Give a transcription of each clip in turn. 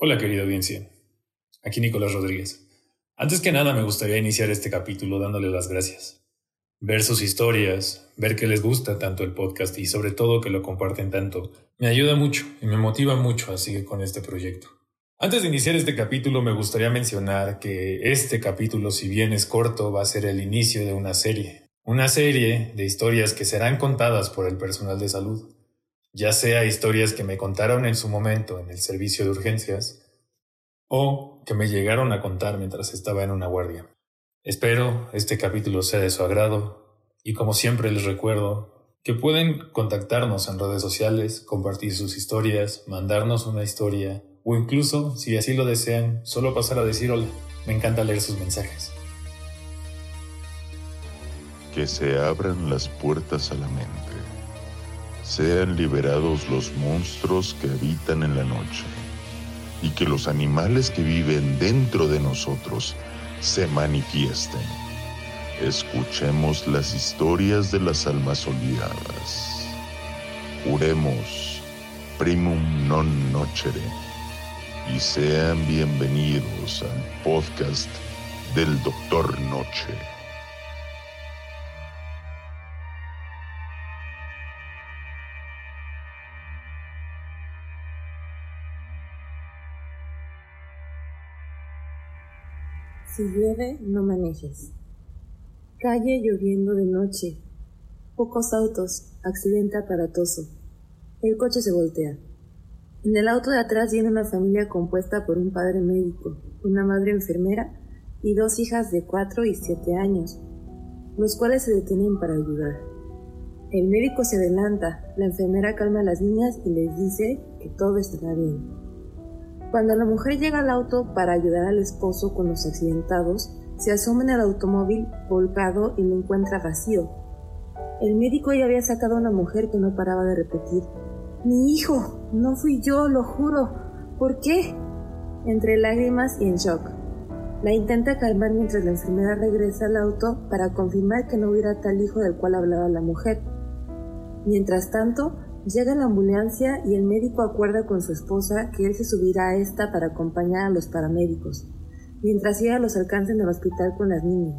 Hola querida audiencia, aquí Nicolás Rodríguez. Antes que nada me gustaría iniciar este capítulo dándole las gracias. Ver sus historias, ver que les gusta tanto el podcast y sobre todo que lo comparten tanto, me ayuda mucho y me motiva mucho a seguir con este proyecto. Antes de iniciar este capítulo me gustaría mencionar que este capítulo, si bien es corto, va a ser el inicio de una serie. Una serie de historias que serán contadas por el personal de salud. Ya sea historias que me contaron en su momento en el servicio de urgencias o que me llegaron a contar mientras estaba en una guardia. Espero este capítulo sea de su agrado y como siempre les recuerdo que pueden contactarnos en redes sociales, compartir sus historias, mandarnos una historia o incluso, si así lo desean, solo pasar a decir hola. Me encanta leer sus mensajes. Que se abran las puertas a la mente. Sean liberados los monstruos que habitan en la noche. Y que los animales que viven dentro de nosotros se manifiesten. Escuchemos las historias de las almas olvidadas. Juremos primum non nocere. Y sean bienvenidos al podcast del Doctor Noche. Si llueve, no manejes. Calle lloviendo de noche. Pocos autos. Accidente aparatoso. El coche se voltea. En el auto de atrás viene una familia compuesta por un padre médico, una madre enfermera y dos hijas de 4 y 7 años, los cuales se detienen para ayudar. El médico se adelanta, la enfermera calma a las niñas y les dice que todo estará bien. Cuando la mujer llega al auto para ayudar al esposo con los accidentados, se asoma en el automóvil volcado y lo encuentra vacío. El médico ya había sacado a una mujer que no paraba de repetir: «Mi hijo, no fui yo, lo juro. ¿Por qué?», entre lágrimas y en shock. La intenta calmar mientras la enfermera regresa al auto para confirmar que no hubiera tal hijo del cual hablaba la mujer. Mientras tanto, llega la ambulancia y el médico acuerda con su esposa que él se subirá a esta para acompañar a los paramédicos, mientras ella los alcanza en el hospital con las niñas.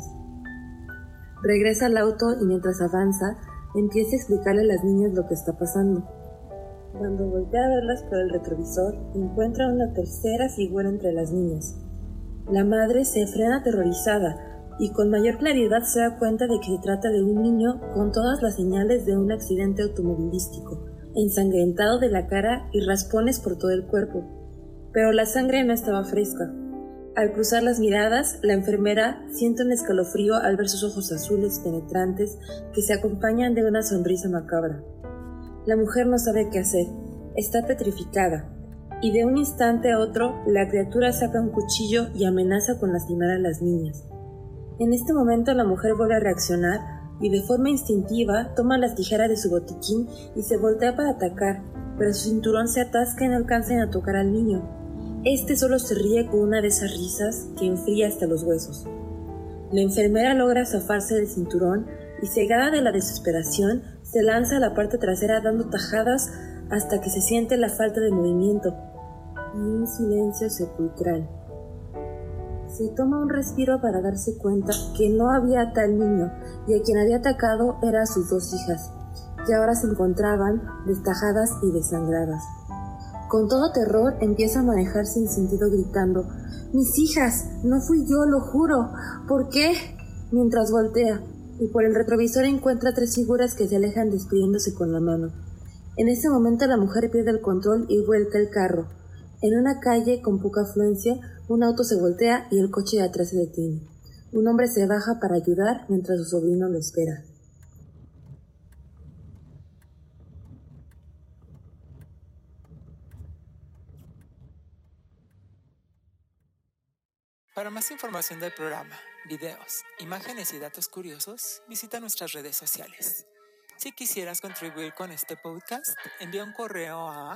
Regresa al auto y mientras avanza, empieza a explicarle a las niñas lo que está pasando. Cuando voltea a verlas por el retrovisor, encuentra una tercera figura entre las niñas. La madre se frena aterrorizada y con mayor claridad se da cuenta de que se trata de un niño con todas las señales de un accidente automovilístico, ensangrentado de la cara y raspones por todo el cuerpo. Pero la sangre no estaba fresca. Al cruzar las miradas, la enfermera siente un escalofrío al ver sus ojos azules penetrantes que se acompañan de una sonrisa macabra. La mujer no sabe qué hacer, está petrificada, y de un instante a otro la criatura saca un cuchillo y amenaza con lastimar a las niñas. En este momento la mujer vuelve a reaccionar y de forma instintiva toma las tijeras de su botiquín y se voltea para atacar, pero su cinturón se atasca y no alcanza a tocar al niño. Este solo se ríe con una de esas risas que enfría hasta los huesos. La enfermera logra zafarse del cinturón y, cegada de la desesperación, se lanza a la parte trasera dando tajadas hasta que se siente la falta de movimiento y un silencio sepulcral. Se toma un respiro para darse cuenta que no había tal niño y a quien había atacado eran a sus dos hijas, que ahora se encontraban destajadas y desangradas. Con todo terror empieza a manejar sin sentido gritando: «¡Mis hijas! ¡No fui yo, lo juro! ¿Por qué?», mientras voltea y por el retrovisor encuentra 3 figuras que se alejan despidiéndose con la mano. En ese momento la mujer pierde el control y vuelca el carro. En una calle con poca afluencia, un auto se voltea y el coche de atrás se detiene. Un hombre se baja para ayudar mientras su sobrino lo espera. Para más información del programa, videos, imágenes y datos curiosos, visita nuestras redes sociales. Si quisieras contribuir con este podcast, envía un correo a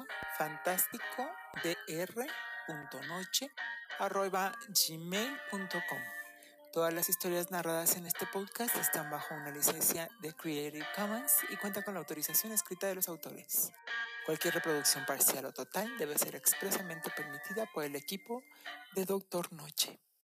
fantásticodr.noche@gmail.com. Todas las historias narradas en este podcast están bajo una licencia de Creative Commons y cuentan con la autorización escrita de los autores. Cualquier reproducción parcial o total debe ser expresamente permitida por el equipo de Doctor Noche.